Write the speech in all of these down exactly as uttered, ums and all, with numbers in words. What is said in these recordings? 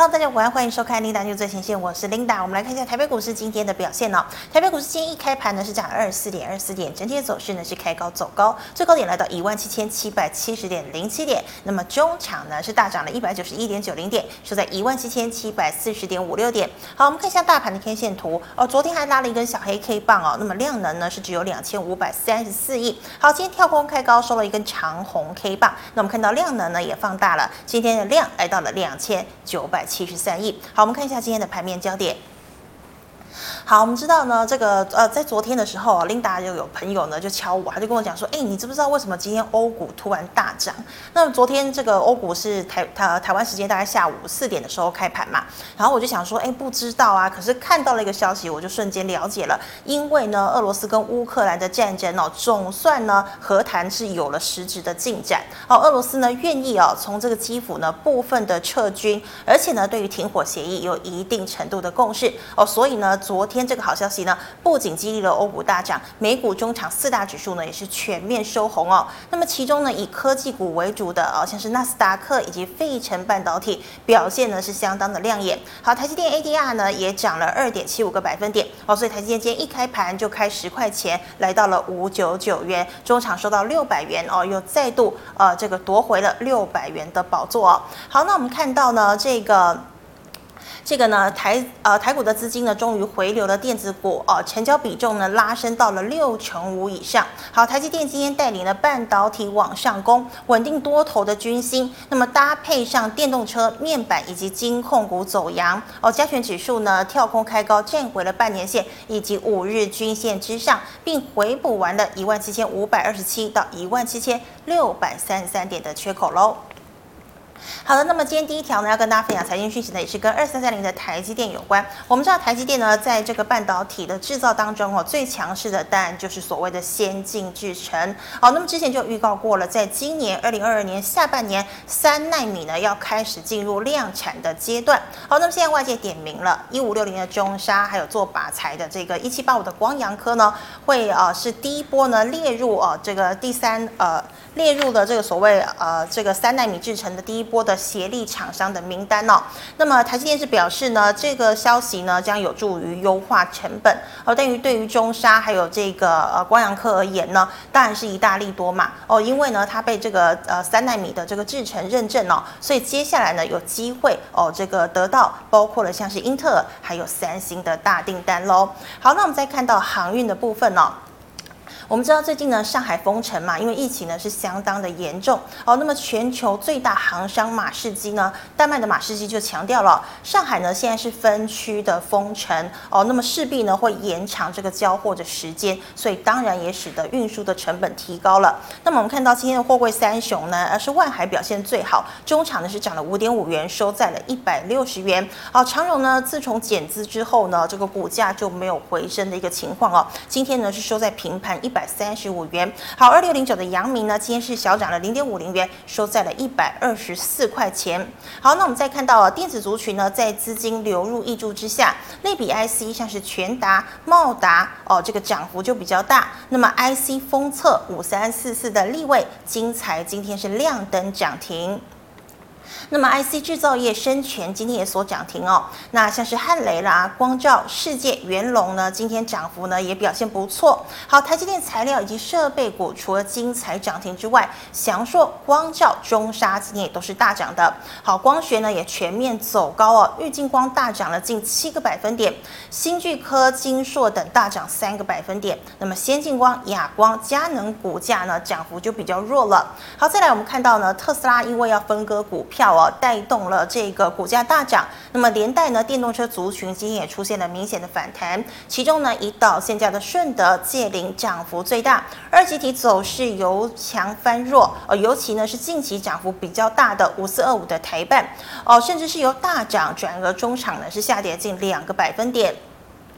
Hello， 大家午安，欢迎收看 Linda News 最前线，我是 Linda。我们来看一下台北股市今天的表现哦。台北股市今天一开盘呢是涨二十四点二十四点，整体的走势呢是开高走高，最高点来到一万七千七百七十点零七点。那么中场呢是大涨了一百九十一点九零点，收在一万七千七百四十点五六点。好，我们看一下大盘的 K 线图哦，昨天还拉了一根小黑 K 棒哦，那么量能呢是只有两千五百三十四亿。好，今天跳空开高收了一根长红 K 棒，那我们看到量能呢也放大了，今天的量来到了两千九百七十三亿。好，我们看一下今天的盘面焦点。好，我们知道呢，这个呃，在昨天的时候，Linda 就有朋友呢就敲我，他就跟我讲说，哎，你知不知道为什么今天欧股突然大涨？那么昨天这个欧股是台台台湾时间大概下午四点的时候开盘嘛，然后我就想说，哎，不知道啊，可是看到了一个消息，我就瞬间了解了，因为呢，俄罗斯跟乌克兰的战争哦，总算呢和谈是有了实质的进展。哦，俄罗斯呢愿意哦从这个基辅呢部分的撤军，而且呢对于停火协议有一定程度的共识哦，所以呢昨天。这个好消息呢，不仅激励了欧股大涨，美股中场四大指数呢也是全面收红哦。那么其中呢，以科技股为主的哦，像是纳斯达克以及费城半导体表现呢是相当的亮眼。好，台积电 A D R 呢也涨了二点七五个百分点哦，所以台积电今天一开盘就开十块钱，来到了五百九十九元，中场收到六百元哦，又再度呃这个夺回了六百元的宝座哦。好，那我们看到呢这个。这个呢，台呃台股的资金呢，终于回流了电子股哦，成交比重呢拉升到了六成五以上。好，台积电今天带领了半导体往上攻，稳定多头的军心。那么搭配上电动车、面板以及金控股走阳哦，加权指数呢跳空开高，站回了半年线以及五日均线之上，并回补完了一万七千五百二十七到一万七千六百三十三点的缺口喽。好的，那么今天第一条呢，要跟大家分享财经讯息呢，也是跟二三三零的台积电有关。我们知道台积电呢，在这个半导体的制造当中哦，最强势的当然就是所谓的先进制程。好，那么之前就预告过了，在今年二零二二年下半年，三奈米呢要开始进入量产的阶段。好，那么现在外界点名了一五六零的中砂，还有做靶材的这个一七八五的光阳科呢，会呃是第一波呢列入哦、呃、这个第三呃列入了这个所谓呃这个三奈米制程的第一波的协力厂商的名单哦。那么台积电是表示呢，这个消息呢将有助于优化成本哦。但于对于中砂还有这个呃光阳科而言呢，当然是一大利多嘛哦，因为呢它被这个呃三奈米的这个制程认证哦，所以接下来呢有机会哦这个得到包括了像是英特尔还有三星的大订单喽。好，那我们再看到航运的部分哦。我们知道最近呢，上海封城嘛，因为疫情呢是相当的严重哦。那么全球最大航商马士基呢，丹麦的马士基就强调了，上海呢现在是分区的封城哦，那么势必呢会延长这个交货的时间，所以当然也使得运输的成本提高了。那么我们看到今天的货柜三雄呢，而是万海表现最好，中场呢是涨了五点五元，收在了一百六十元。好，长荣呢自从减资之后呢，这个股价就没有回升的一个情况哦，今天呢是收在平盘一百。一百三十五元。好，二六零九的阳明呢，今天是小涨了零点五零元，收在了一百二十四块钱。好，那我们再看到、啊、电子族群呢，在资金流入挹注之下，类比 I C 像是全达、茂达哦，这个涨幅就比较大。那么 I C 封测五三四四的立位、精材今天是亮灯涨停。那么 I C 制造业深全今天也所涨停哦，那像是汉雷啦、光照、世界、元隆呢，今天涨幅呢也表现不错。好，台积电材料以及设备股除了精材涨停之外，祥硕、光照、中砂今天也都是大涨的。好，光学呢也全面走高哦，玉晶光大涨了近七个百分点，新巨科、金硕等大涨三个百分点。那么先进光、亚光、佳能股价呢涨幅就比较弱了。好，再来我们看到呢，特斯拉因为要分割股票哦，带动了这个股价大涨。那么连带呢，电动车族群今天也出现了明显的反弹。其中呢，以导线价的顺德、界霖涨幅最大，二极体走势由强翻弱。呃，尤其呢是近期涨幅比较大的五四二五的台半哦，甚至是由大涨转而中场呢是下跌近两个百分点。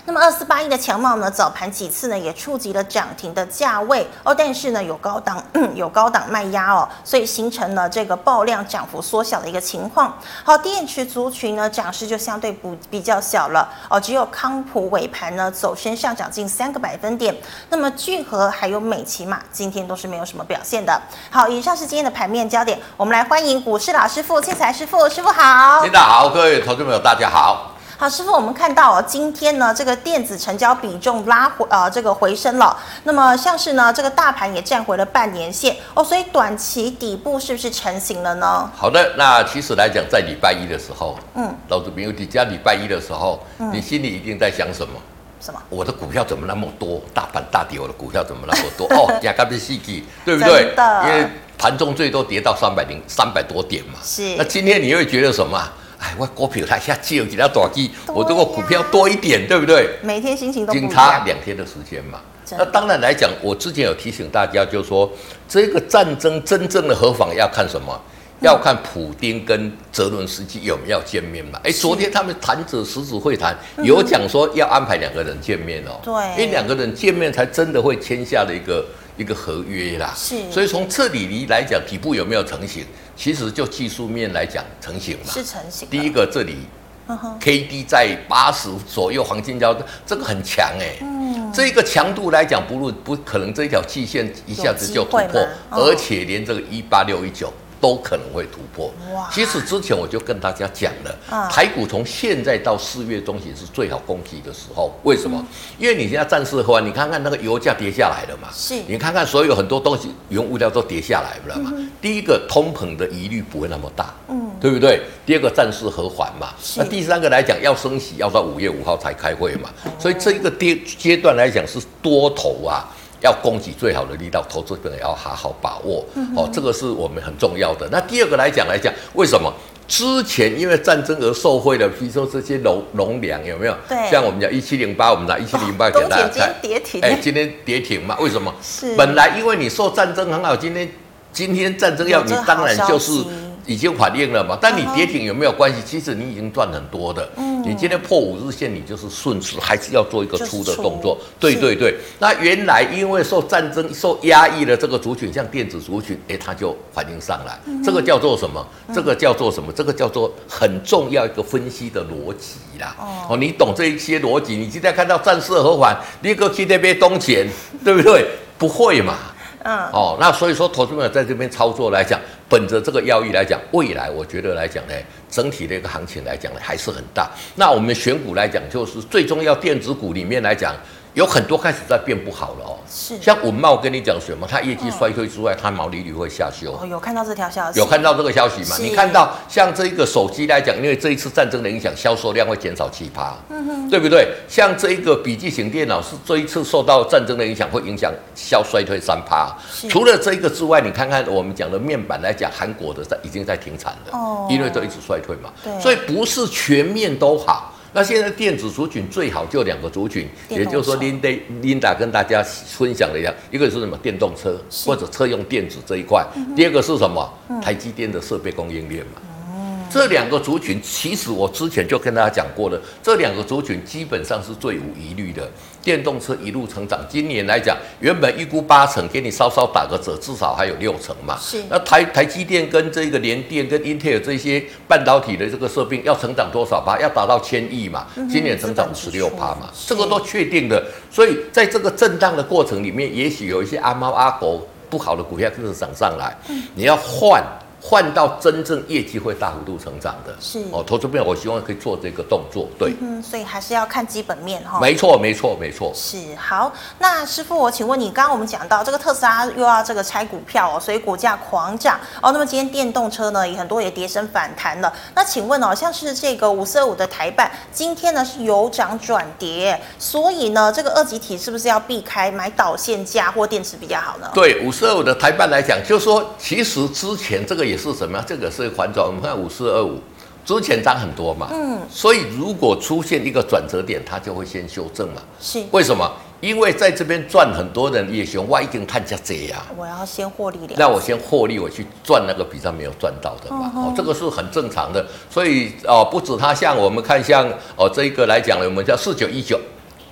那么二四八一的强茂呢，早盘几次呢也触及了涨停的价位哦，但是呢有高档有高档卖压哦，所以形成了这个爆量涨幅缩小的一个情况。好，电池族群呢涨势就相对不比较小了哦，只有康普尾盘呢走升上涨近三个百分点，那么聚合还有美琪玛今天都是没有什么表现的。好，以上是今天的盘面焦点，我们来欢迎股市老师傅庆财师傅，师傅好。 领导好，各位投资朋友大家好。 好，师傅，我们看到哦，今天呢，这个电子成交比重拉回，呃，这个回升了。那么像是呢，这个大盘也站回了半年线哦，所以短期底部是不是成型了呢？ 好的，那其实来讲，在礼拜一的时候，嗯，老子朋友，你家礼拜一的时候，嗯、你心里一定在想什么？ 什么？我的股票怎么那么多？大盘大跌，我的股票怎么那么多？哦，加干的细气，对不对？因为盘中最多跌到三百零三百多点嘛。是。那今天你会觉得什么？哎，我股票它下借几条短期，我这个股票多一点，对不对？ 每天心情都不一样。 仅差两天的时间嘛。那当然来讲，我之前有提醒大家，就是说这个战争真正的和访要看什么？要看普丁跟泽伦斯基有没有见面嘛？哎，昨天他们谈者十指会谈，有讲说要安排两个人见面哦。对，因为两个人见面才真的会签下的一个一个合约啦。是，所以从这里来讲，底部有没有成型？其实就技术面来讲，成型嘛。 是成型。第一个这里 ，K D 在八十左右，黄金交这个很强哎。嗯。这个强度来讲，不不可能这一条季线一下子就突破，而且连这个一八六一九。都可能会突破。其实之前我就跟大家讲了，啊、台股从现在到四月中旬是最好攻击的时候。为什么？嗯、因为你现在战事后，你看看那个油价跌下来了嘛，是，你看看所有很多东西原物料都跌下来了嘛。嗯、第一个通膨的疑虑不会那么大，嗯，对不对？第二个战事和缓嘛，那第三个来讲要升息，要到五月五号才开会嘛，哦、所以这一个阶阶段来讲是多头啊。要供给最好的力道，投资者要好好把握、嗯、哦，这个是我们很重要的。那第二个来讲来讲，为什么之前因为战争而受惠的，比如说这些农农粮有没有？对，像我们讲一七零八，我们拿一七零八给大家看。 跌停， 哎，今天跌停嘛？为什么？是本来因为你受战争很好，今天今天战争要你当然就是。已经反应了嘛？但你跌停有没有关系？其实你已经赚很多的。嗯，你今天破五日线，你就是顺势，还是要做一个出的动作。对对对。那原来因为受战争、受压抑的这个族群，像电子族群，哎，它就反应上来。嗯、这个叫做什么？这个叫做什么？这个叫做很重要一个分析的逻辑啦。哦，哦你懂这一些逻辑，你今天看到战事和缓，立刻去那边东钱，对不对？不会嘛？嗯，哦，那所以说，投资者在这边操作来讲，本着这个要义来讲，未来我觉得来讲呢，整体的一个行情来讲呢，还是很大。那我们选股来讲，就是最重要电子股里面来讲，有很多开始在变不好了哦。是，像文茂跟你讲什么？它业绩衰退之外，它毛利率会下修。 哦，有看到这条消息？ 有看到这个消息吗？你看到像这一个手机来讲，因为这一次战争的影响，销售量会减少七趴，嗯哼，对不对？像这一个笔记型电脑是这一次受到战争的影响，会影响销衰退三趴。除了这一个之外，你看看我们讲的面板来讲，韩国的在已经在停产了，哦，因为都一直衰退嘛，对，所以不是全面都好。那现在电子族群最好就两个族群，也就是说 Linda Linda 跟大家分享的一样，一个是什么电动车或者车用电子这一块，嗯、第二个是什么、嗯、台积电的设备供应链嘛。这两个族群，其实我之前就跟大家讲过了，这两个族群基本上是最无疑虑的。电动车一路成长，今年来讲，原本预估八成，给你稍稍打个折，至少还有六成嘛。是。那台台积电跟这个联电跟英特尔这些半导体的这个设备要成长多少趴？要达到千亿嘛。嗯、今年成长十六趴嘛，这个都确定的。所以在这个震荡的过程里面，也许有一些阿猫阿狗不好的股票开始涨上来，嗯、你要换。换到真正业绩会大幅度成长的，是哦，投资面我希望可以做这个动作，对， 嗯，所以还是要看基本面哈， 没错，没错，没错， 是好。那师傅，我请问你，刚刚我们讲到这个特斯拉又要这个拆股票哦，所以股价狂涨哦。那么今天电动车呢，也很多也跌升反弹了。那请问哦，像是这个五四二五的台半，今天呢是由涨转跌，所以呢，这个二级体是不是要避开买导线价或电池比较好呢？ 对，五四二五的台半来讲，就是说其实之前这个也是什么样？这个是反转，我们看五四二五之前涨很多嘛，嗯，所以如果出现一个转折点，它就会先修正嘛。是为什么？因为在这边赚很多人也想我已经探价这样， 我要先获利了， 那我先获利，我去赚那个比较没有赚到的嘛，嗯、哦，这个是很正常的。所以哦，不止它像我们看像哦这一个来讲呢，我们叫四九一九。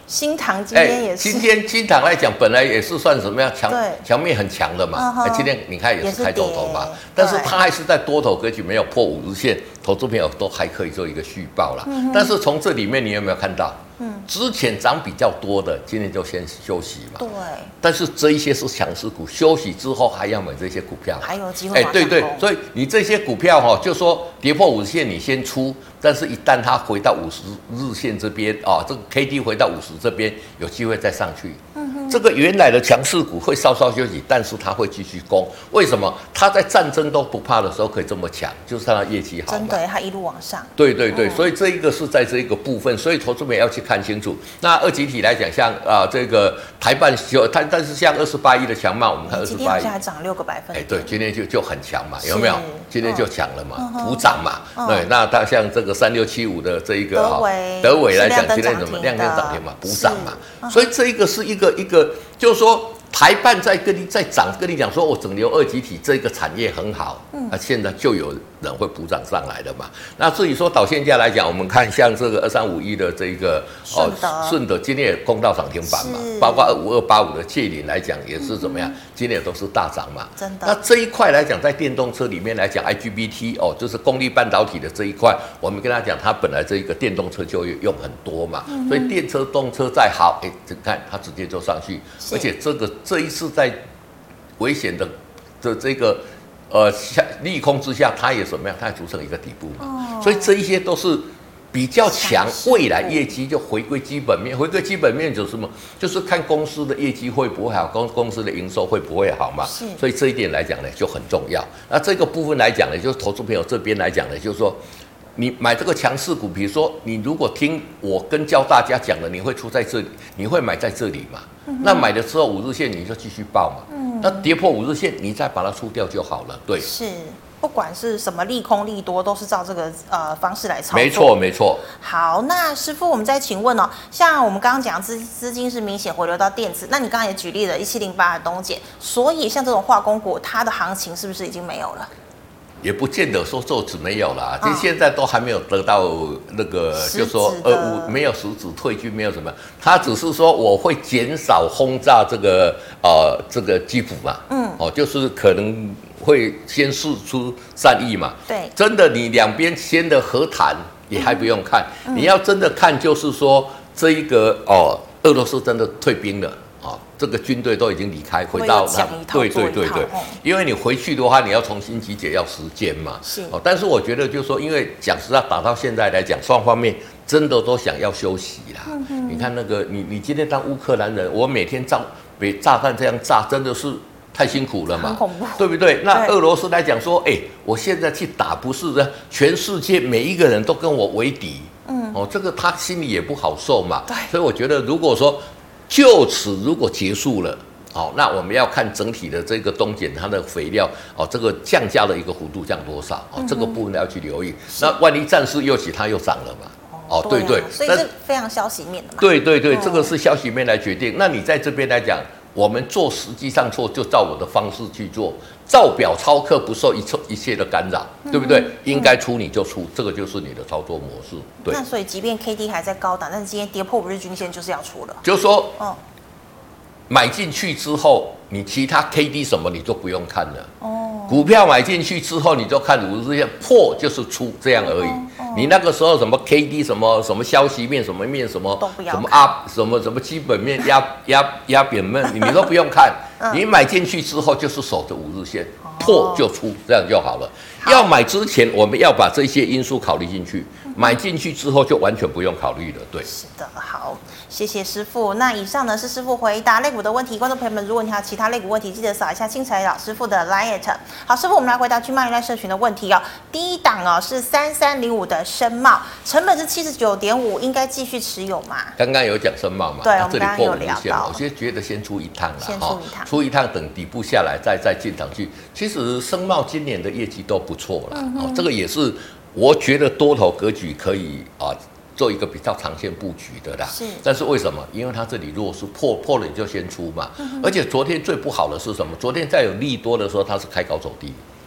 新唐今天也是， 今天新唐来讲，本来也是算什么样强强面很强的嘛， 嗯、 今天你看也是开多头嘛，但是它还是在多头格局，没有破五日线，投资朋友都还可以做一个续报啦。嗯、但是从这里面你有没有看到？嗯，之前涨比较多的，今天就先休息嘛。 对。 但是这一些是强势股，休息之后还要买这些股票， 还有机会。哎， 对对，所以你这些股票哈、哦，就说跌破五日线你先出，但是一旦它回到五十日线这边啊、哦，这个 K D 回到五十这边，有机会再上去。嗯哼。这个原来的强势股会稍稍休息，但是它会继续攻。为什么？它在战争都不怕的时候可以这么强，就是它的业绩好。 真的，它一路往上。 对对对，嗯、所以这一个是在这一个部分，所以投资者要去看清楚。那二级体来讲，像啊、呃、这个台半就它，但是像二十八亿的强茂，我们看二十八亿，今天好像还涨六个百分点。 哎，对，今天就就很强嘛，有没有？今天就强了嘛，补涨嘛。嗯、对，那它像这个三六七五的这一个德伟， 德伟来讲，今天怎么亮灯涨停嘛，补涨嘛。嗯、所以这一个是一个一个，就是说。台半在跟你在涨，跟你讲说，我整流二极体这个产业很好，嗯，那现在就有人会补涨上来的嘛。那至于说导线价来讲，我们看像这个二三五一的这个哦顺德今天也攻到涨停板嘛，包括二五二八五的界霖来讲也是怎么样，嗯、今天也都是大涨嘛。 真的。 那这一块来讲，在电动车里面来讲 ，I G B T 哦，就是功率半导体的这一块，我们跟他讲，它本来这一个电动车就用很多嘛，嗯、所以电车动车再好，哎，你看它直接就上去，而且这个这一次在危险的的这个呃利空之下，它也什么样？它也组成一个底部嘛。哦、所以这一些都是比较强，未来业绩就回归基本面。回归基本面就是什么？就是看公司的业绩会不会好，公公司的营收会不会好嘛。所以这一点来讲呢，就很重要。那这个部分来讲呢，就是投资朋友这边来讲呢，就是说。你买这个强势股，比如说你如果听我跟教大家讲的，你会出在这里，你会买在这里嘛？嗯、那买的时候五日线你就继续报嘛。嗯、那跌破五日线，你再把它出掉就好了。对， 是，不管是什么利空利多，都是照这个呃方式来操作。 没错，没错。 好，那师傅，我们再请问哦，像我们刚刚讲资资金是明显回流到电子，那你刚刚也举例了一七零八的东碱，所以像这种化工股，它的行情是不是已经没有了？ 也不见得说就此没有啦，其实现在都还没有得到那个，就说呃，无没有实质退居，没有什么，他只是说我会减少轰炸这个呃这个基辅嘛，嗯，哦，就是可能会先释出善意嘛， 对， 真的你两边先的和谈也还不用看，嗯、你要真的看就是说这一个哦，俄罗斯真的退兵了。哦，这个军队都已经离开，回到那，对对对对，因为你回去的话，你要重新集结，要时间嘛。是哦，但是我觉得就是说，因为讲实话，打到现在来讲，双方面真的都想要休息啦。嗯、你看那个，你你今天当乌克兰人，我每天炸被炸弹这样炸，真的是太辛苦了嘛， 很恐怖， 对不对？那俄罗斯来讲说，哎、欸，我现在去打，不是的，全世界每一个人都跟我为敌。嗯，哦，这个他心里也不好受嘛。对，所以我觉得如果说。就此如果结束了，好、哦，那我们要看整体的这个东碱它的肥料哦，这个降价的一个幅度降多少哦，嗯、这个部分要去留意。那万一战事又起，它又涨了嘛？哦， 哦对对， 所以是非常消息面的嘛。 对对对，哦、这个是消息面来决定。那你在这边来讲，我们做实际上做就照我的方式去做，照表操课，不受一切一切的干扰，嗯、对不对？应该出你就出，这个就是你的操作模式。对。 那所以即便 K D 还在高档，但是今天跌破五日均线就是要出了。 就是说，哦，买进去之后，你其他 K D 什么你都不用看了。哦。股票买进去之后，你就看五日线破就是出，这样而已。哦哦、你那个时候什么 K D 什么什么消息面什么面什么什么啊什么什么基本面压压压扁面，你都不用看。嗯、你买进去之后就是守着五日线，破就出，这样就好了。好要买之前，我们要把这些因素考虑进去。买进去之后就完全不用考虑了，对。 是的，好，谢谢师傅。那以上呢是师傅回答类股的问题，观众朋友们，如果你还有其他类股问题，记得扫一下清财老师傅的 Line。好，师傅，我们来回答去卖赖社群的问题哦。第一档哦是三三零五的深茂，成本是七十九点五，应该继续持有吗？ 刚刚有讲深茂嘛？ 对，我们刚刚有聊到。 我就觉得先出一趟啦， 先出一趟， 出一趟等底部下来再再进场去。其实深茂今年的业绩都不错啦，嗯、哦，这个也是。我觉得多头格局可以啊做一个比较长线布局的啦。是。但是为什么？因为它这里弱势破破了你就先出嘛。嗯、而且昨天最不好的是什么？昨天在有利多的时候，它是开高走低。哦。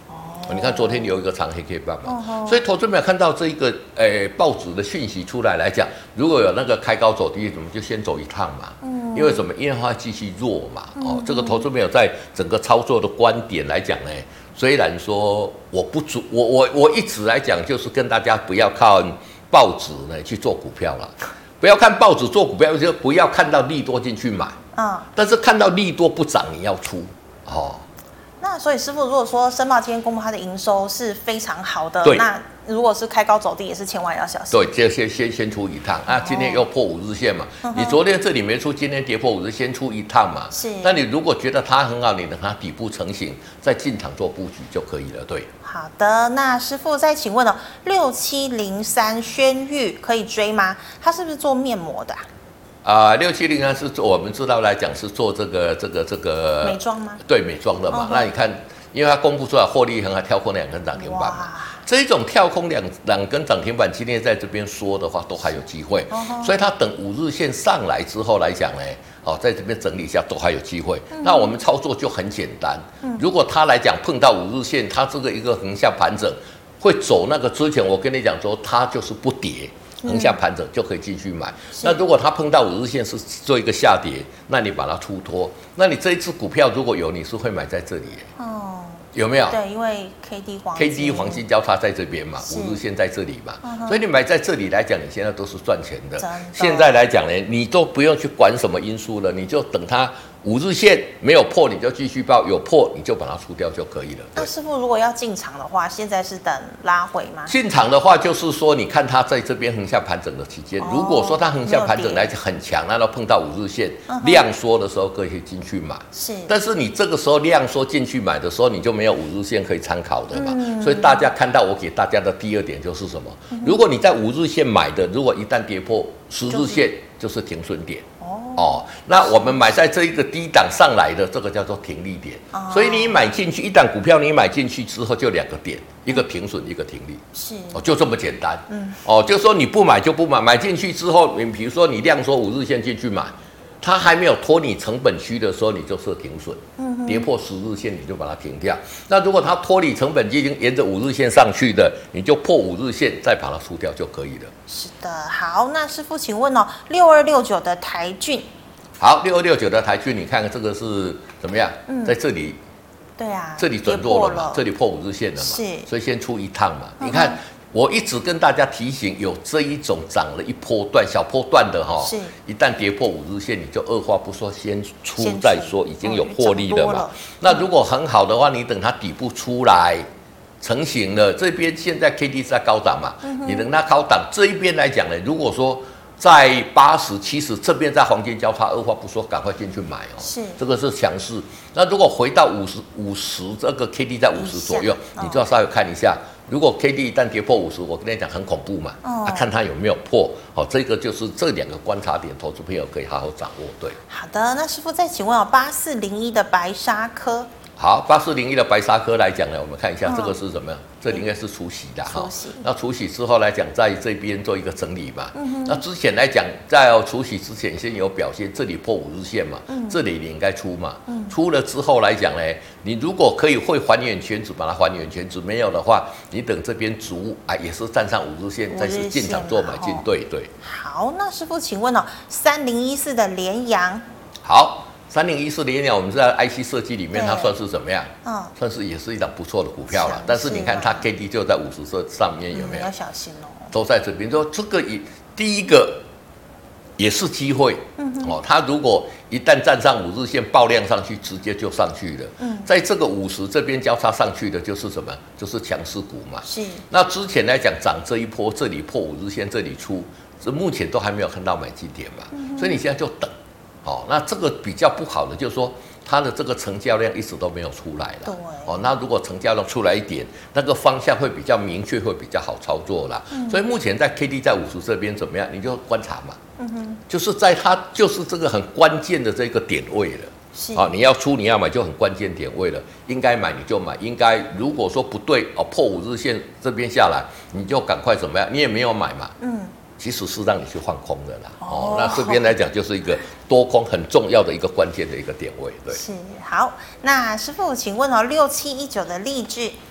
你看昨天有一个长黑 K 棒嘛，哦、所以投资者看到这一个诶、呃、报纸的讯息出来来讲，如果有那个开高走低，我们就先走一趟嘛。嗯、因为什么？因为它继续弱嘛。哦，嗯、这个投资者在整个操作的观点来讲呢，虽然说我不主，我我我一直来讲就是跟大家不要看报纸呢去做股票了，不要看报纸做股票，就不要看到利多进去买。嗯、但是看到利多不涨，你要出。哦。 那所以师傅，如果说申报今天公布它的营收是非常好的， 对， 那如果是开高走低，也是千万要小心。 对，就先先先出一趟啊！今天又破五日线嘛，哦、你昨天这里没出，今天跌破五日，先出一趟嘛。是。那你如果觉得它很好，你等它底部成型，再进场做布局就可以了。对。 好的，那师傅再请问哦，六七零三轩玉可以追吗？它是不是做面膜的、啊？ 啊，六七零三是做我们知道来讲是做这个这个这个美妆吗？ 对，美妆的嘛。Uh huh. 那你看，因为它公布出来获利很好，跳空两根涨停板嘛。这一种跳空两两根涨停板，今天在这边说的话，都还有机会。Uh huh. 所以它等五日线上来之后来讲呢，哦，在这边整理一下都还有机会。Uh huh. 那我们操作就很简单。Uh huh. 如果它来讲碰到五日线，它这个一个横向盘整会走那个之前，我跟你讲说，它就是不跌。横向盘整就可以继续买。那如果它碰到五日线是做一个下跌，那你把它出脱。那你这一次股票如果有，你是会买在这里。哦，有没有？ 对，因为 K D 黄金 K D 黄金交叉在这边嘛，五日线在这里嘛，所以你买在这里来讲，你现在都是赚钱的。现在来讲呢，你都不用去管什么因素了，你就等它。五日线没有破，你就继续报；有破，你就把它出掉就可以了。 那师傅，如果要进场的话，现在是等拉回吗？ 进场的话，就是说，你看它在这边横向盘整的期间，哦、如果说它横向盘整来讲很强，那到碰到五日线、嗯、量缩的时候，可以进去买。是，但是你这个时候量缩进去买的时候，你就没有五日线可以参考的嘛。嗯、所以大家看到我给大家的第二点就是什么？嗯、如果你在五日线买的，如果一旦跌破十日线，就是停损点。哦，那我们买在这一个低档上来的，这个叫做停利点。哦、所以你买进去一档股票，你买进去之后就两个点，一个停损，一个停利。是，哦，就这么简单。嗯，哦，就是说你不买就不买，买进去之后，你比如说你量缩五日线进去买，它还没有脱你成本区的时候，你就设停损。嗯，跌破十日线你就把它停掉。那如果它脱离成本区已经沿着五日线上去的，你就破五日线再把它出掉就可以了。 是的，好，那师傅请问哦，六二六九的台骏。 好，六二六九的台骏，你看看这个是怎么样？嗯，在这里， 对啊， 这里转弱了嘛，这里破五日线了嘛，是，所以先出一趟嘛。嗯、你看，我一直跟大家提醒，有这一种涨了一波段、小波段的哈，是，一旦跌破五日线，你就二话不说先出再说，已经有获利了嘛。那如果很好的话，你等它底部出来成型了，这边现在 K D 是在高档嘛，嗯、你等它高档这一边来讲呢，如果说在八十、七十这边在黄金交叉，二话不说，赶快进去买哦。是，这个是强势。那如果回到五十、五十这个 K D 在五十左右，哦、你就要稍微看一下。如果 K D 一旦跌破五十，我跟你讲很恐怖嘛。哦、啊，看它有没有破。好、哦，这个就是这两个观察点，投资朋友可以好好掌握。对。 好的，那师傅再请问哦，八四零一的白沙科。 好，八四零一的白沙科来讲呢，我们看一下这个是什么样？嗯、这里应该是除息的哈。那除息之后来讲，在这边做一个整理嘛。嗯、那之前来讲，在除息之前先有表现，这里破五日线嘛，嗯、这里你应该出嘛。嗯、出了之后来讲呢，你如果可以会还原全值，把它还原全值；没有的话，你等这边足啊，也是站上五日线，再是进场做买进。对对。 好，那师傅请问哦，三零一四的联阳。 好。三零一四联阳，我们在 I C 设计里面，它算是怎么样？嗯，算是也是一档不错的股票了。但是你看它 K D 就在五十色上面，有没有？ 要小心哦。 都在这边，说这个也第一个也是机会。嗯哦，它如果一旦站上五日线爆量上去，直接就上去了。嗯，在这个五十这边交叉上去的就是什么？就是强势股嘛。是。那之前来讲涨这一波，这里破五日线，这里出，这目前都还没有看到买进点嘛。嗯、所以你现在就等。哦，那这个比较不好的就是说，它的这个成交量一直都没有出来了。对。哦，那如果成交量出来一点，那个方向会比较明确，会比较好操作啦。嗯。所以目前在 K D 在五十这边怎么样？你就观察嘛。嗯哼。就是在它就是这个很关键的这个点位了。是。啊，你要出你要买就很关键点位了，应该买你就买，应该如果说不对哦，破五日线这边下来，你就赶快怎么样？你也没有买嘛。嗯。其实是让你去放空的啦，哦，那这边来讲就是一个多空很重要的一个关键的一个点位，对。 是，好，那师傅，请问哦，六七一九的励志。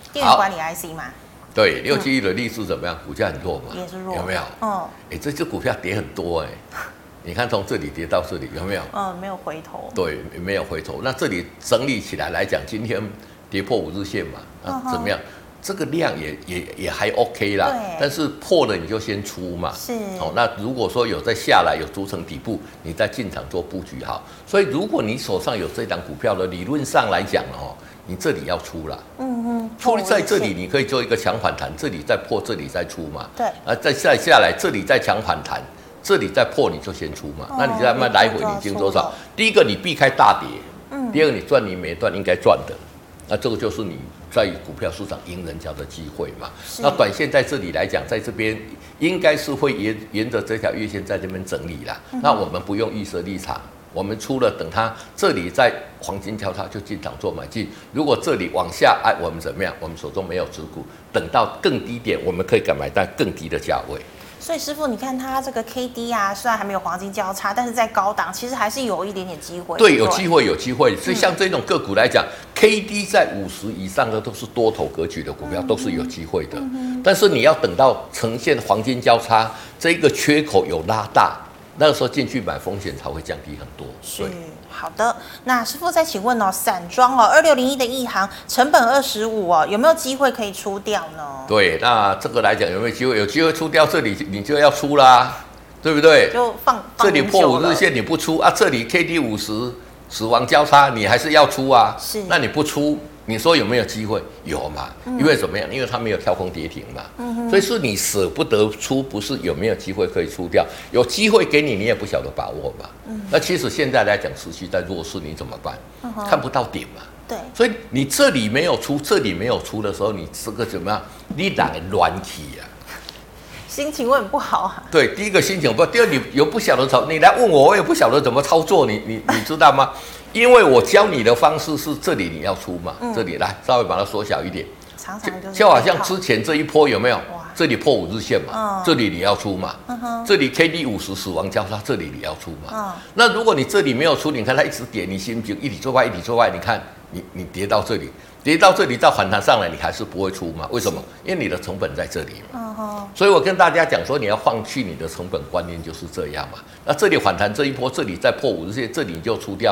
电源管理 I C 嘛。 对，六七一的力士怎么样？股价很弱嘛， 也是弱， 有没有？ 嗯， 哎，这只股票跌很多哎，你看从这里跌到这里有没有？ 嗯，没有回头。 对，没有回头。那这里整理起来来讲，今天跌破五日线嘛，那怎么样？这个量也也也还 OK 啦，但是破了你就先出嘛。 是。 哦，那如果说有再下来有组成底部，你再进场做布局好。所以如果你手上有这档股票的，理论上来讲哦。你这里要出了，嗯嗯，出在这里，你可以做一个强反弹，这里再破，这里再出嘛， 对， 啊，再再下来，这里再强反弹，这里再破，你就先出嘛，哦、那你再慢慢来回，你进多少？第一个你避开大跌，嗯，第二个你赚你没赚应该赚的，那这个就是你在股票市场赢人家的机会嘛。那短线在这里来讲，在这边应该是会沿沿着这条月线在这边整理啦，嗯、那我们不用预设立场。我们除了等它这里在黄金交叉就进场做买进，如果这里往下，哎，我们怎么样？我们手中没有持股，等到更低点，我们可以敢买在更低的价位。 所以师傅，你看它这个 K D 啊，虽然还没有黄金交叉，但是在高档其实还是有一点点机会。 对，有机会，有机会。所以像这种个股来讲、嗯、，K D 在五十以上的都是多头格局的股票，嗯、都是有机会的。嗯、但是你要等到呈现黄金交叉，这个缺口有拉大。那个时候进去买，风险才会降低很多。 是好的。那师傅再请问哦，散装哦，二六零一的一航成本二十五哦，有没有机会可以出掉呢？ 对，那这个来讲有没有机会？有机会出掉，这里你就要出啦，对不对？ 就放这里破五日线你不出啊，这里 K D 五十死亡交叉你还是要出啊。是，那你不出。你说有没有机会？有嘛？因为怎么样？因为它没有跳空跌停嘛，嗯、所以是你舍不得出，不是有没有机会可以出掉？有机会给你，你也不晓得把握嘛。嗯、那其实现在来讲，持续在弱势，你怎么办？嗯、看不到点嘛。 对。 所以你这里没有出，这里没有出的时候，你这个怎么样？你哪个乱起呀？ 心情会很不好啊。 对，第一个心情不好，第二你有不晓得操，你来问我，我也不晓得怎么操作，你你你知道吗？因为我教你的方式是这里你要出嘛，嗯、这里来稍微把它缩小一点， 常常就是就好像之前这一波有没有？这里破五日线嘛，嗯、这里你要出嘛，嗯、这里 K D 五十死亡交叉，这里你要出嘛。嗯、那如果你这里没有出，你看它一直跌，你心情一体做坏，一体做坏，你看你你跌到这里，跌到这里再反弹上来，你还是不会出嘛？为什么？因为你的成本在这里嘛。嗯、所以我跟大家讲说，你要放弃你的成本观念就是这样嘛。那这里反弹这一波，这里再破五日线，这里你就出掉。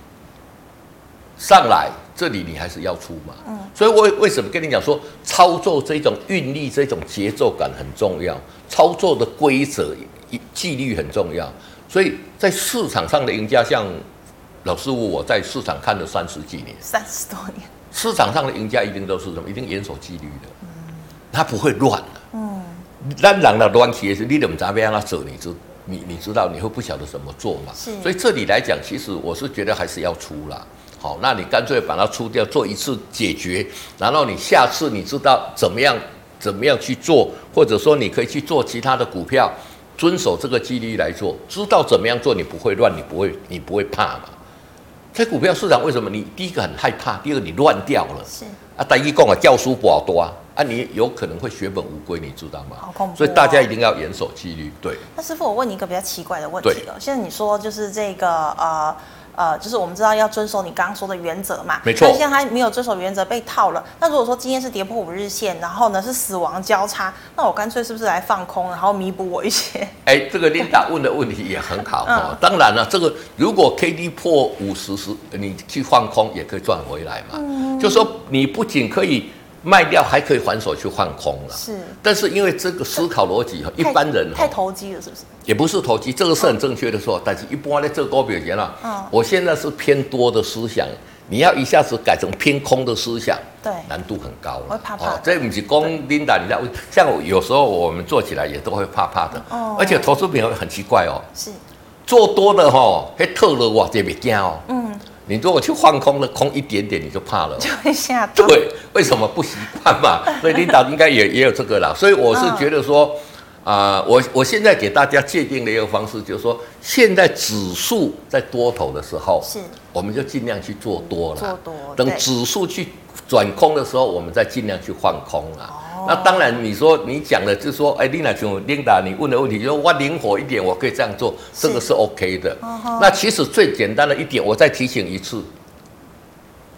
上来这里你还是要出嘛，嗯，所以我为什么跟你讲说，操作这种韵律、这种节奏感很重要，操作的规则、纪律很重要。所以在市场上的赢家，像老师傅，我在市场看了三十几年， 三十多年， 市场上的赢家一定都是什么？一定严守纪律的，嗯，他不会乱的，嗯，咱人的乱起的是，你怎么知道要走？你知你你知道你会不晓得怎么做嘛？是，所以这里来讲，其实我是觉得还是要出啦。好，那你干脆把它出掉，做一次解决，然后你下次你知道怎么样怎么样去做，或者说你可以去做其他的股票，遵守这个纪律来做，知道怎么样做，你不会乱，你不会你不会怕嘛。在股票市场，为什么你第一个很害怕，第二个你乱掉了，是啊，第一讲啊教书不好多啊，啊你有可能会血本无归，你知道吗？ 好恐怖哦。 所以大家一定要严守纪律。对。 那师傅，我问你一个比较奇怪的问题了，现在你说就是这个呃。呃，就是我们知道要遵守你刚刚说的原则嘛， 没错。 但现在他没有遵守原则被套了。那如果说今天是跌破五日线，然后呢是死亡交叉，那我干脆是不是来放空，然后弥补我一些？ 哎，这个琳达问的问题也很好哈、嗯。当然了，这个如果 K D 破五十时，你去放空也可以赚回来嘛。嗯，就说你不仅可以卖掉，还可以还手去放空了。是，但是因为这个思考逻辑，一般人太投机了，是不是？ 也不是投机，这个是很正确的说，但是一般在这个股票前啊，嗯，我现在是偏多的思想，你要一下子改成偏空的思想，对，难度很高了。 会怕怕、哦。 这不是讲琳达，你知道，像有时候我们做起来也都会怕怕的。哦。而且投资朋友很奇怪哦，是做多了哈、哦，还透了哇，这别惊哦。嗯。你如果去放空了，空一点点你就怕了， 就会吓到。 对，为什么不习惯嘛？所以琳达应该也也有这个啦。所以我是觉得说。嗯啊、呃，我我现在给大家界定的一个方式，就是说，现在指数在多头的时候，是，我们就尽量去做多了。做多。等指数去转空的时候，我们再尽量去放空了。哦。那当然，你说你讲的就是说，哎，琳达兄，琳达，你问的问题就是说我灵活一点，我可以这样做，这个是 OK 的。哦。那其实最简单的一点，我再提醒一次，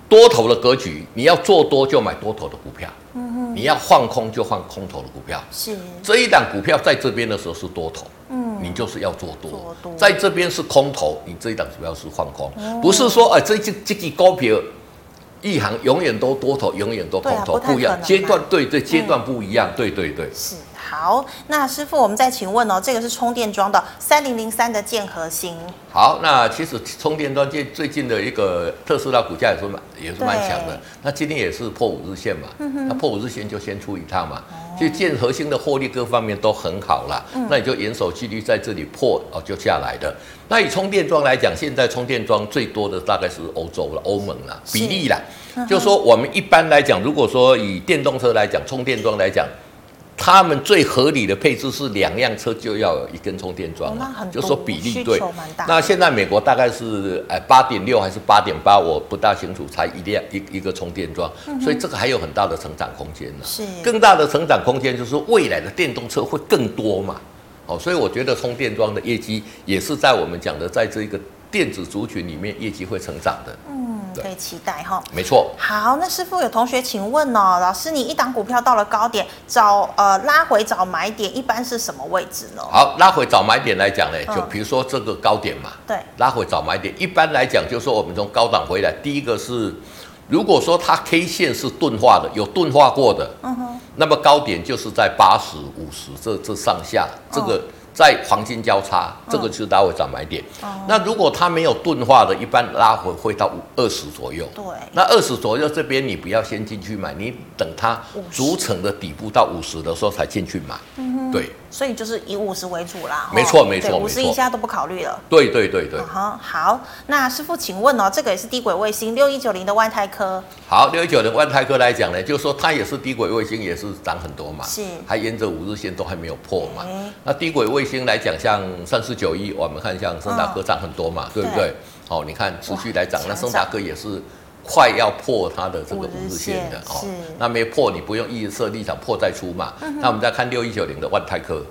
多头的格局，你要做多就买多头的股票，嗯、你要放空就放空头的股票。 是这一档股票在这边的时候是多头，嗯，你就是要做多； 做多在这边是空头，你这一档股票是放空，哦、不是说哎、呃、这这这支股票。一行永远都多头，永远都空头， 啊、不一样。阶段对对，阶段不一样，嗯、对对对。 是好，那师傅，我们再请问哦，这个是充电桩的三零零三的建和兴。 好，那其实充电桩最最近的一个特斯拉股价也是蛮也是蛮强的，那今天也是破五日线嘛，嗯、那破五日线就先出一趟嘛。哦、其实建和兴的获利各方面都很好啦，嗯、那你就严守纪律在这里破哦就下来的。那以充电桩来讲，现在充电桩最多的大概是欧洲了、欧盟了，比例啦。就是说，我们一般来讲，如果说以电动车来讲，充电桩来讲，他们最合理的配置是两辆车就要有一根充电桩， 哦、 就说比例对。那现在美国大概是呃八点六还是八点八，我不大清楚，才一辆一一个充电桩，嗯、所以这个还有很大的成长空间呢。 是更大的成长空间，就是未来的电动车会更多嘛。哦，所以我觉得充电桩的业绩也是在我们讲的，在这个电子族群里面业绩会成长的。 嗯，可以期待哈。 没错。 好，那师傅有同学请问哦，老师，你一档股票到了高点，找呃拉回找买点，一般是什么位置呢？ 好，拉回找买点来讲呢，就比如说这个高点嘛， 对、嗯， 拉回找买点，一般来讲就是说我们从高档回来，第一个是。如果说它 K 线是钝化的，有钝化过的，嗯哼，那么高点就是在八十、五十这这上下，这个在黄金交叉，嗯、这个就是拉回找买点。嗯、那如果它没有钝化的，一般拉回会到二十左右。 对， 那二十左右这边你不要先进去买，你等它组成的底部到五十的时候才进去买。嗯哼，对。 所以就是以五十为主啦， 没错没错， 五十以下都不考虑了。 对对对对。 好、uh-huh, 好，那师傅请问哦，这个也是低轨卫星六一九零的万泰科。 好，六一九零万泰科来讲呢，就是说它也是低轨卫星，也是涨很多嘛， 是， 还沿着五日线都还没有破嘛。 欸、 那低轨卫星来讲，像三四九一，我们看像升达科涨很多嘛，嗯、对不对？好、哦，你看持续来涨，那升达科也是。快要破它的这个五日线的哦，那没破你不用预设立场，破再出嘛。嗯、那我们再看六一九零的万泰科，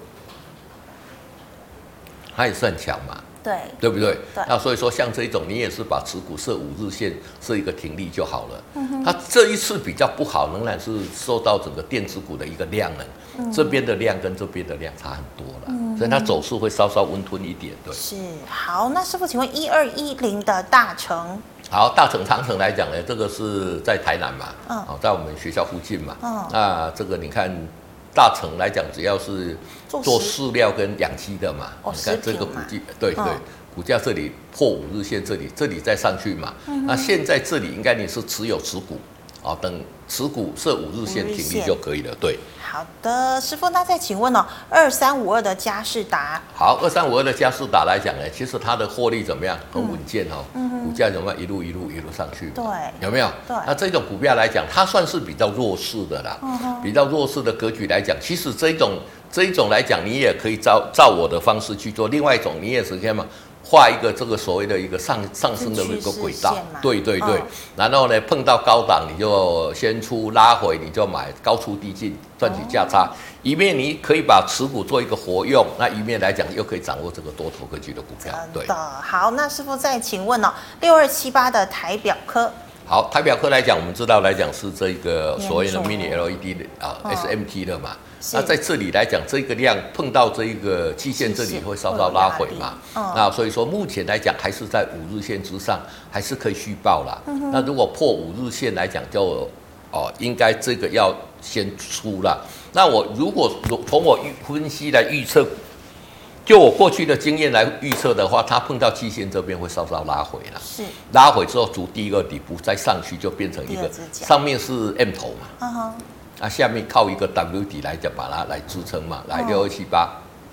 它也是很强嘛， 对对不对？ 对。 那所以说像这一种，你也是把持股设五日线，设一个停利就好了。嗯、它这一次比较不好，仍然是受到整个电子股的一个量能，嗯、这边的量跟这边的量差很多了，嗯、所以它走势会稍稍温吞一点。对， 是好。那师傅，请问一二一零的大成。 好，大成长城来讲呢，这个是在台南嘛，嗯，好，在我们学校附近嘛，嗯，那这个你看大成来讲，只要是做饲料跟养鸡的嘛， 哦、 你看这个股价，对对，嗯、股价这里破五日线，这里这里再上去嘛，嗯、那现在这里应该你是持有持股，哦，等持股设五日线停利就可以了，对。 好的，师傅，那再请问哦，二三五二的佳士达。 好，二三五二的佳士达来讲呢，其实它的获利怎么样？很稳健哦，嗯、股价怎么样？一路一路一路上去， 对， 有没有？ 对。 那这种股票来讲，它算是比较弱势的啦，嗯、比较弱势的格局来讲，其实这一种这一种来讲，你也可以照照我的方式去做。另外一种，你也是可以嘛。画一个这个所谓的一个上上升的一个轨道，对对对，嗯、然后呢碰到高档你就先出，拉回你就买，高出低进赚取价差，哦、一面你可以把持股做一个活用，那一面来讲又可以掌握这个多头格局的股票。对的， 好，那师傅再请问哦，六二七八的台表科。 好，台表科来讲，我们知道来讲是这个所谓的 mini L E D 的啊、哦、S M T 的嘛。那在这里来讲，这个量碰到这一个期线这里会稍稍拉回嘛。哦、那所以说目前来讲还是在五日线之上，还是可以续报啦。嗯、那如果破五日线来讲，就哦应该这个要先出啦。那我如果从我分析来预测。就我过去的经验来预测的话，它碰到季线这边会稍稍拉回了， 是拉回之后筑第一个底部，再上去就变成一个上面是 M 头嘛，嗯哼，啊下面靠一个 W 底来讲把它来支撑嘛，来六二七八，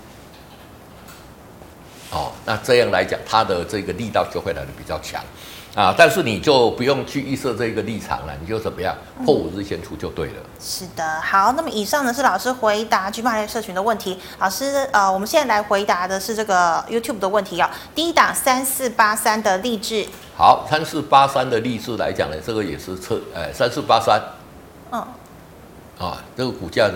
哦，那这样来讲，它的这个力道就会来的比较强。啊，但是你就不用去预设这个立场了，你就怎么样破五日线出就对了。 嗯、是的，好，那么以上呢是老师回答G八社群的问题。老师，呃，我们现在来回答的是这个 YouTube 的问题啊、哦。第一档三四八三的励志。 好，三四八三的励志来讲呢，这个也是测，呃，三四八三。嗯。啊，这个股价什么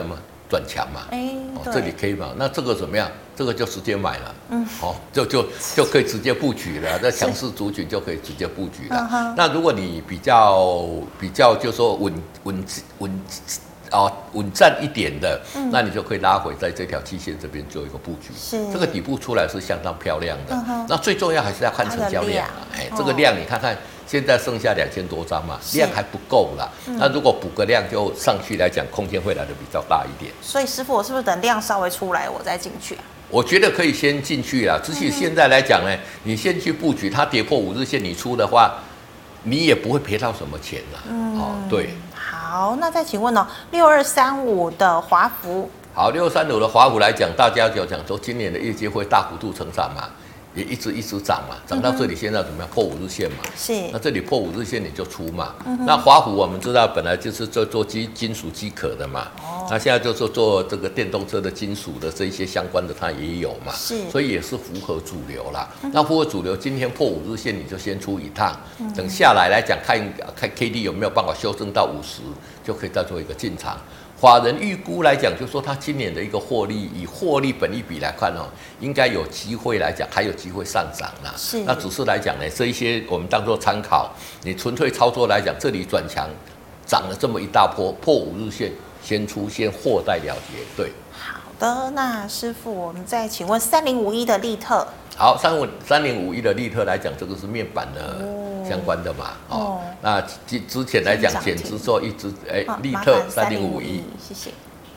转强嘛， 哎， 哦，这里可以嘛？那这个怎么样？这个就直接买了，嗯，好、哦，就就就可以直接布局了。那强势族群就可以直接布局了。嗯、那如果你比较比较，就说稳稳稳啊稳站一点的，嗯、那你就可以拉回在这条期线这边做一个布局。是，这个底部出来是相当漂亮的。嗯、那最重要还是要看成交量啊，哎，这个量你看看。现在剩下两千多张嘛，量还不够啦。嗯、那如果补个量，就上去来讲，空间会来的比较大一点。 所以师傅，我是不是等量稍微出来，我再进去啊？ 我觉得可以先进去啦。只是现在来讲呢，你先去布局，它跌破五日线，你出的话，你也不会赔到什么钱啦。嗯，哦，对。 好，那再请问哦，六二三五的华孚。 好，六二三五的华孚来讲，大家就讲说今年的业绩会大幅度成长嘛。也一直一直涨嘛，涨到这里现在怎么样？破五日线嘛，是。那这里破五日线你就出嘛。嗯、那华孚我们知道本来就是做做金金属机壳的嘛，哦、那现在就做做这个电动车的金属的这一些相关的它也有嘛，是。所以也是符合主流啦。嗯、那符合主流，今天破五日线你就先出一趟，嗯、等下来来讲看看 K D 有没有办法修正到五十，就可以再做一个进场。法人预估来讲，就说他今年的一个获利，以获利本益比来看哦，应该有机会来讲，还有机会上涨啦。是，那只是来讲呢，这一些我们当做参考。你纯粹操作来讲，这里转强，涨了这么一大波，破五日线，先出先货待了结。对。 好的，那师傅，我们再请问三零五一的利特。 好，三五三零五一的利特来讲，这个是面板的相关的嘛？哦，哦那之之前来讲，减资之后一直哎，利特三零五一， 谢谢。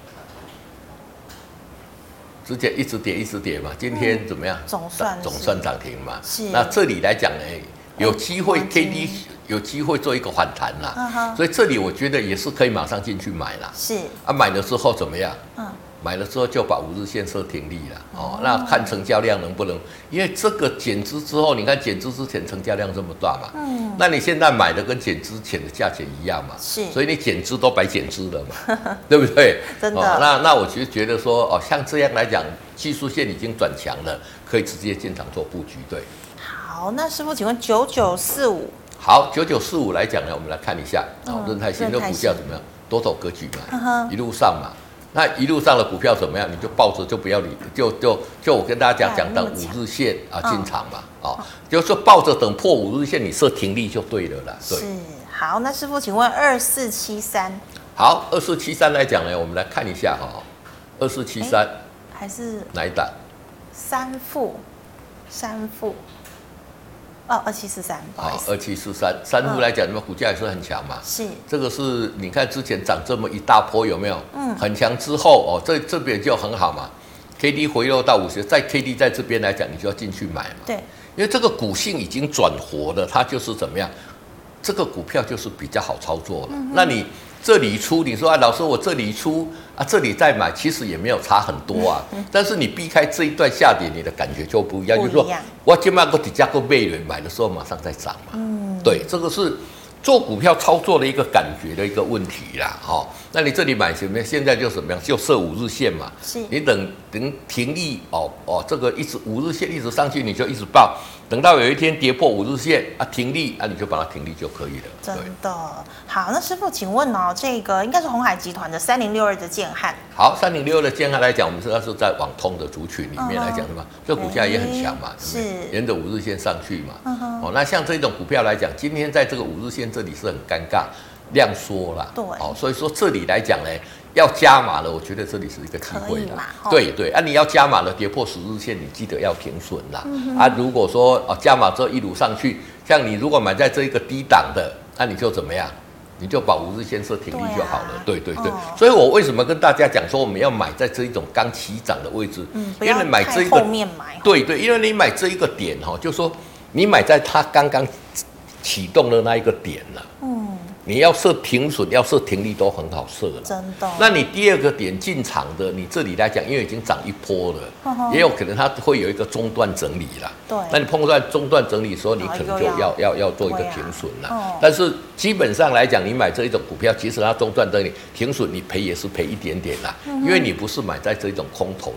之前一直跌一直跌嘛，今天怎么样？ 嗯、总算总算涨停嘛。是。那这里来讲呢，有机会 K D 有机会做一个反弹啦，嗯、所以这里我觉得也是可以马上进去买啦。是。啊，买了之后怎么样？嗯。买了之后就把五日线设停利了哦，那看成交量能不能，因为这个减资之后，你看减资之前成交量这么大嘛，嗯，那你现在买的跟减资前的价钱一样嘛，是，所以你减资都白减资了嘛，对不对？ 真的。 哦、那那我就觉得说，哦，像这样来讲，技术线已经转强了，可以直接进场做布局，对。 好，那师傅，请问九九四五。 好，九九四五来讲呢，我们来看一下，哦，润泰新的股价怎么样？多头格局嘛，一路上嘛。那一路上的股票怎么样？你就抱着就不要理，就就就我跟大家讲讲，等五日线啊进场嘛，哦，就是说抱着等破五日线，你设停利就对了啦。对， 是。好，那师傅，请问二四七三。 好，二四七三来讲呢，我们来看一下哈，二四七三还是哪一档？ 三富，三富。哦，二七四三，不好意思， 二七四三，三富来讲，你们股价也是很强嘛。是，这个是你看之前涨这么一大波，有没有？嗯，很强之后哦，这这边就很好嘛。K D 回落到五十，在 K D 在这边来讲，你就要进去买嘛。对，因为这个股性已经转活了，它就是怎么样？这个股票就是比较好操作了。嗯、那你这里出，你说啊，老师我这里出啊，这里再买，其实也没有差很多啊。嗯、但是你避开这一段下跌，你的感觉就不一样。不一样就是说，我今麦个底价个倍人买的时候马上再涨嘛。嗯，对，这个是做股票操作的一个感觉的一个问题啦。哦，那你这里买什么？现在就什么样？就设五日线嘛。是，你等等停利哦哦，这个一直五日线一直上去，你就一直报。等到有一天跌破五日线啊，停利啊，你就把它停利就可以了。 真的好，那师傅，请问哦，这个应该是鸿海集团的三零六二的建汉。 好，三零六二的建汉来讲，我们知道是在网通的族群里面来讲的嘛，这股价也很强嘛，是沿着五日线上去嘛。哦，那像这种股票来讲，今天在这个五日线这里是很尴尬，量缩啦。对，哦，所以说这里来讲呢。要加码了，我觉得这里是一个机会的。对对，啊，你要加码了，跌破十日线，你记得要停损啦。嗯、啊，如果说哦加码之后一路上去，像你如果买在这一个低档的，那你就怎么样？你就把五日线设停利就好了。对、啊、对 对, 对、哦，所以我为什么跟大家讲说我们要买在这一种刚起涨的位置？嗯，因为买这一个后面买。 对对，因为你买这一个点哈，就说你买在它刚刚启动的那一个点了。嗯。你要设停损，要设停利都很好设了， 真的。 那你第二个点进场的，你这里来讲，因为已经涨一波了，呵呵也有可能它会有一个中段整理啦。对。那你碰到中段整理的时候，你可能就要要要, 要做一个停损啦。啊、但是基本上来讲，你买这一种股票，其实它中段整理停损，你赔也是赔一点点啦，嗯、因为你不是买在这一种空头的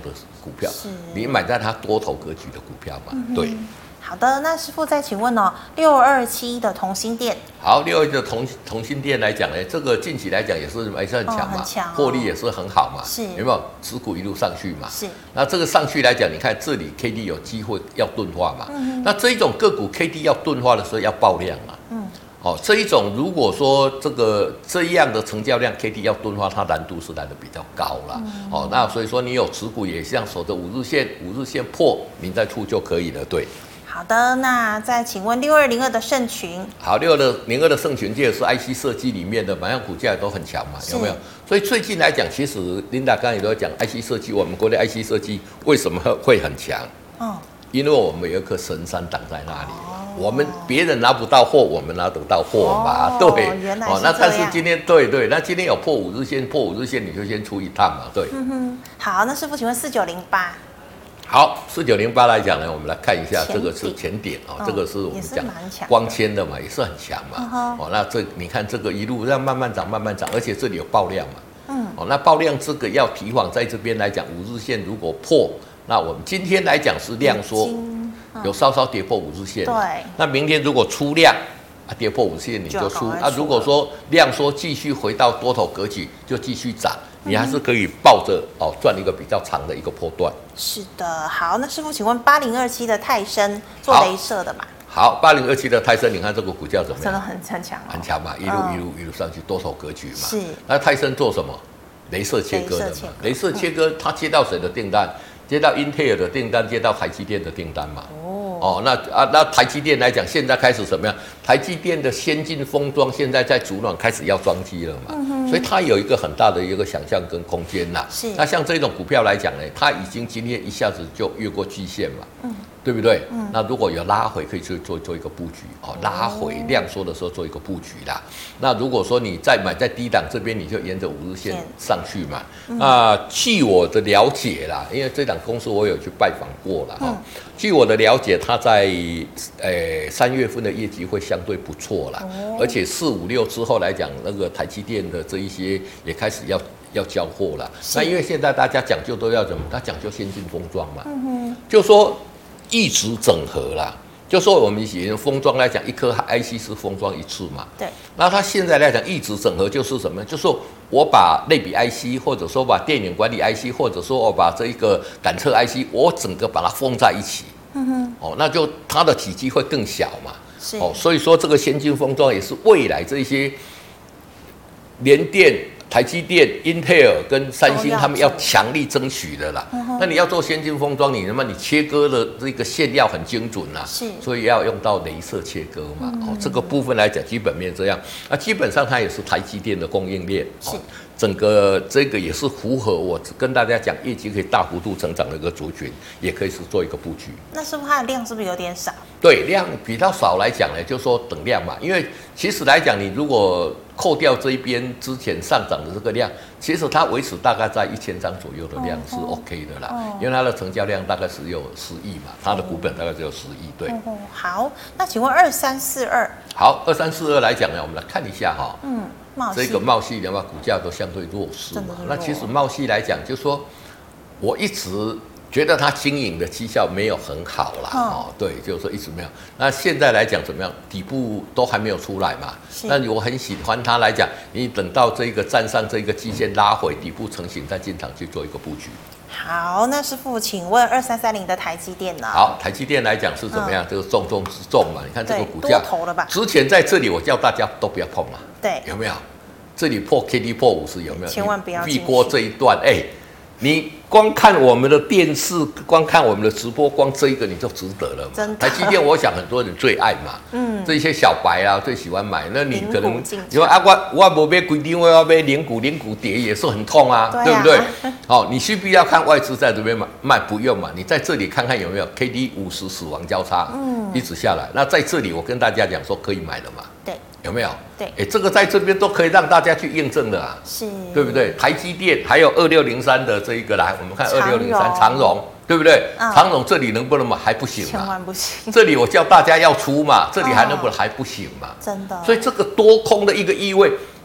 股票，你买在它多头格局的股票嘛，嗯、对。 好的，那师傅再请问哦，六二七的同心店， 好，六二七的同同心店来讲呢，这个近期来讲也是还是很强嘛， 很强、哦， 获利也是很好嘛， 是有没有持股一路上去嘛？ 是。 那这个上去来讲，你看这里 K D 有机会要钝化嘛？嗯、那这一种个股 K D 要钝化的时候要爆量嘛？嗯。哦，这一种如果说这个这样的成交量 K D 要钝化，它难度是来的比较高啦。嗯、哦，那所以说你有持股也像守着五日线，五日线破你再出就可以了，对。 好的，那再请问六二零二的盛群， 好，六二零二的盛群，这也是 I C 设计里面的，马上股价都很强嘛，有没有？所以最近来讲，其实 Linda 刚才也都讲 I C 设计，我们国内 I C 设计为什么会很强？嗯，因为我们有一颗神山挡在那里。哦，我们别人拿不到货，我们拿得到货嘛， 哦、 对， 原来是这样。哦， 那但是今天对对，那今天有破五日线，破五日线你就先出一趟嘛，对。 嗯哼，好，那师傅请问四九零八。 好，四九零八来讲呢，我们来看一下，这个是前点哦，这个是我们讲光纤的嘛，也是很强嘛。哦，那这你看这个一路让慢慢涨，慢慢涨，而且这里有爆量嘛。嗯。哦，那爆量这个要提防，在这边来讲，五日线如果破，那我们今天来讲是量缩，有稍稍跌破五日线。 对。 那明天如果出量啊，跌破五日线你就出。啊，如果说量缩继续回到多头格局，就继续涨。你还是可以抱着哦，赚一个比较长的一个波段。 是的，好，那师傅，请问八零二七的泰森做雷射的嘛？ 好，八零二七的泰森，你看这个股价怎么样？ 真的很很强、哦， 很强嘛，一路、嗯、一路一路上去，多头格局嘛。 是。 那泰森做什么？雷射切割的嘛。雷射切割，它接到谁的订单？接到英特尔的订单，接到台积电的订单嘛。哦。哦，那啊，那台积电来讲，现在开始怎么样？台积电的先进封装现在在主暖开始要装机了嘛。嗯，所以它有一个很大的一个想象跟空间啦。 是。 那像这种股票来讲呢，它已经今天一下子就越过季线嘛。嗯。对不对？嗯。那如果有拉回，可以去做做一个布局哦。拉回量缩的时候做一个布局啦。那如果说你再买在低档这边，你就沿着五日线上去嘛。嗯、那据我的了解啦，因为这档公司我有去拜访过了哈、嗯。据我的了解，它在呃三月份的业绩会相对不错啦。哦。而且四五六之后来讲，那个台积电的这一些也开始要。要交货了，那因为现在大家讲究都要怎么？他讲究先进封装嘛，嗯哼，就说一直整合啦。就说我们以前封装来讲，一颗 I C 是封装一次嘛， 对。 那它现在来讲，一直整合就是什么？就是说我把类比 I C， 或者说把电源管理 I C， 或者说我把这一个感测 I C， 我整个把它封在一起，嗯哼，哦，那就它的体积会更小嘛， 是哦。 所以说这个先进封装也是未来这些联电。台积电、英特尔跟三星他们要强力争取的啦。嗯、那你要做先进封装，你他妈你切割的这个线要很精准啦， 是， 所以要用到雷射切割嘛。嗯、哦，这个部分来讲，基本面这样。那基本上它也是台积电的供应链。 是。 哦整个这个也是符合我跟大家讲，业绩可以大幅度成长的一个族群，也可以是做一个布局。 那是不是它的量是不是有点少？ 对，量比较少来讲呢，就说等量嘛。因为其实来讲，你如果扣掉这一边之前上涨的这个量，其实它维持大概在一千张左右的量是 OK 的啦。哦、因为它的成交量大概只有十亿嘛，它的股本大概只有十亿。对、 哦。好，那请问二三四二？ 好，二三四二来讲呢，我们来看一下哈。 嗯。 这个茂矽的话，股价都相对弱势嘛。那其实茂矽来讲，就是说我一直觉得它经营的绩效没有很好啦。哦，哦对，就是说一直没有。那现在来讲怎么样？底部都还没有出来嘛。那我很喜欢它来讲，你等到这个站上这个季线拉回，底部成型，再进场去做一个布局。 好，那师傅，请问二三三零的台积电呢？ 好，台积电来讲是怎么样？嗯、这个重中之重嘛。你看这个股价， 多头了吧？ 之前在这里我叫大家都不要碰嘛。 对， 有没有？这里破 K D 破五十有没有？ 千万不要避过这一段。哎、欸，你光看我们的电视，光看我们的直播，光这一个你就值得了嘛。 真的。 台积电，我想很多人最爱嘛。嗯。这些小白啊，最喜欢买。那你可能你说啊，我我没买规定，我要买零股，零股跌也是很痛啊，对, 啊对不对？好、哦，你需不需要看外资在这边买？卖不用嘛，你在这里看看有没有 K D 五十死亡交叉，嗯，一直下来。那在这里，我跟大家讲说可以买了嘛。 对。 有没有？ 对， 哎，这个在这边都可以让大家去验证的啊， 是， 对不对？台积电还有二六零三的这一个来，我们看二六零三长荣，对不对？嗯、长荣这里能不能买？还不行嘛， 千万不行。 这里我叫大家要出嘛，这里还能不能、哦、还不行嘛？ 真的。 所以这个多空的一个意味，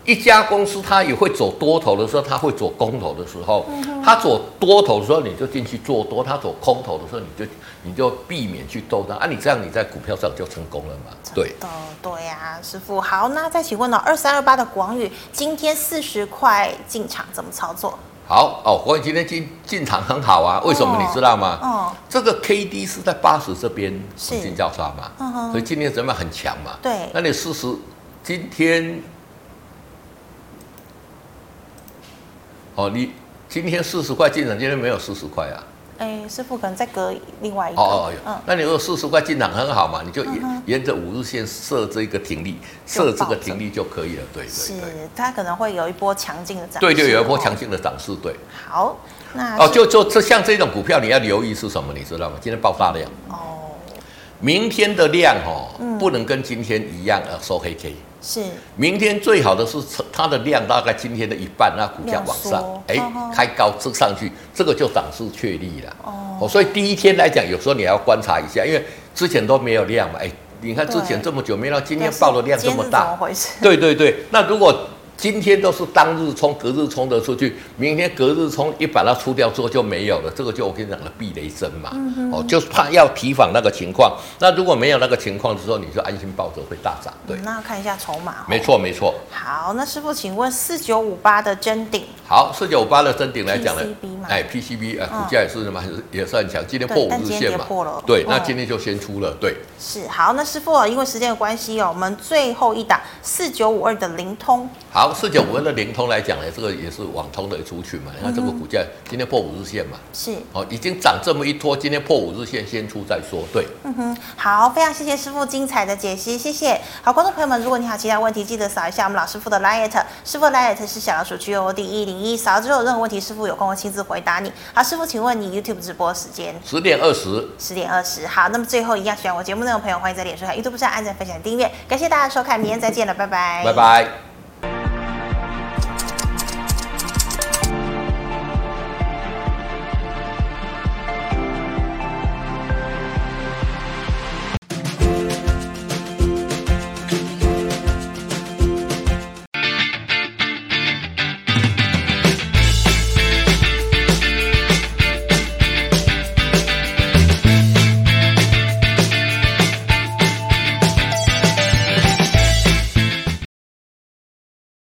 一家公司它也会走多头的时候，它会走空头的时候，它走多头的时候你就进去做多，它走空头的时候你就你就避免去斗它啊，你这样你在股票上就成功了嘛？对， 对呀、啊，师傅。好，那再请问呢、哦，二三二八的广宇今天四十块进场怎么操作？ 好哦，广宇今天进进场很好啊，为什么、哦、你知道吗？哦，这个 K D 是在八十这边黄金交叉嘛，嗯、所以今天怎么样很强嘛？ 对， 那你四十今天。哦，你今天四十块进场，今天没有四十块啊？ 哎，师傅可能再隔另外一个。 哦哦，嗯，那你如果四十块进场很好嘛，你就沿、嗯、沿着五日线设这个停利，设这个停利就可以了。对对对， 是它可能会有一波强劲的涨势。 对对，有一波强劲的涨势。对。 好，那哦，就就这像这种股票，你要留意是什么？你知道吗？今天爆大量。哦。明天的量哦，嗯、不能跟今天一样呃收黑 K。是，明天最好的是它的量大概今天的一半，那股价往上，哎、欸，开高这上去，这个就涨势确立了。哦，所以第一天来讲，有时候你要观察一下，因为之前都没有量嘛，哎、欸，你看之前这么久没量，今天爆的量这么大，对对对，那如果今天都是当日冲、隔日冲的出去，明天隔日冲一把它出掉之后就没有了，这个就我跟你讲的避雷针嘛，嗯、哦，就是怕要提防那个情况。那如果没有那个情况的时候，你就安心抱着会大涨。对， 嗯、那要看一下筹码。 没错没错。 好，那师傅，请问四九五八的臻鼎， 好，四九五八的臻鼎来讲呢，哎 ，P C B 啊，股价也是什么，也是很强，今天破五日线嘛，对，那今天就先出了，对。 是，好，那师傅因为时间的关系哦，我们最后一档四九五二的灵通。 好，四九五二的灵通来讲呢，这个也是网通的族群嘛。你看这个股价今天破五日线嘛，是哦，已经涨这么一拖，今天破五日线先出再说。对， 嗯哼，好，非常谢谢师傅精彩的解析，谢谢。好，观众朋友们，如果你有其他问题，记得扫一下我们老师傅的 Line， 师傅的 Line 是小老鼠 G O D 一零一，扫了之后有任何问题，师傅有空会亲自回答你。好，师傅，请问你 YouTube 直播时间？ 十点二十， 十点二十。好，那么最后一样，喜欢我节目内容的朋友，欢迎在脸书和 YouTube 上按赞、分享、订阅。感谢大家的收看，明天再见了，拜拜， 拜拜。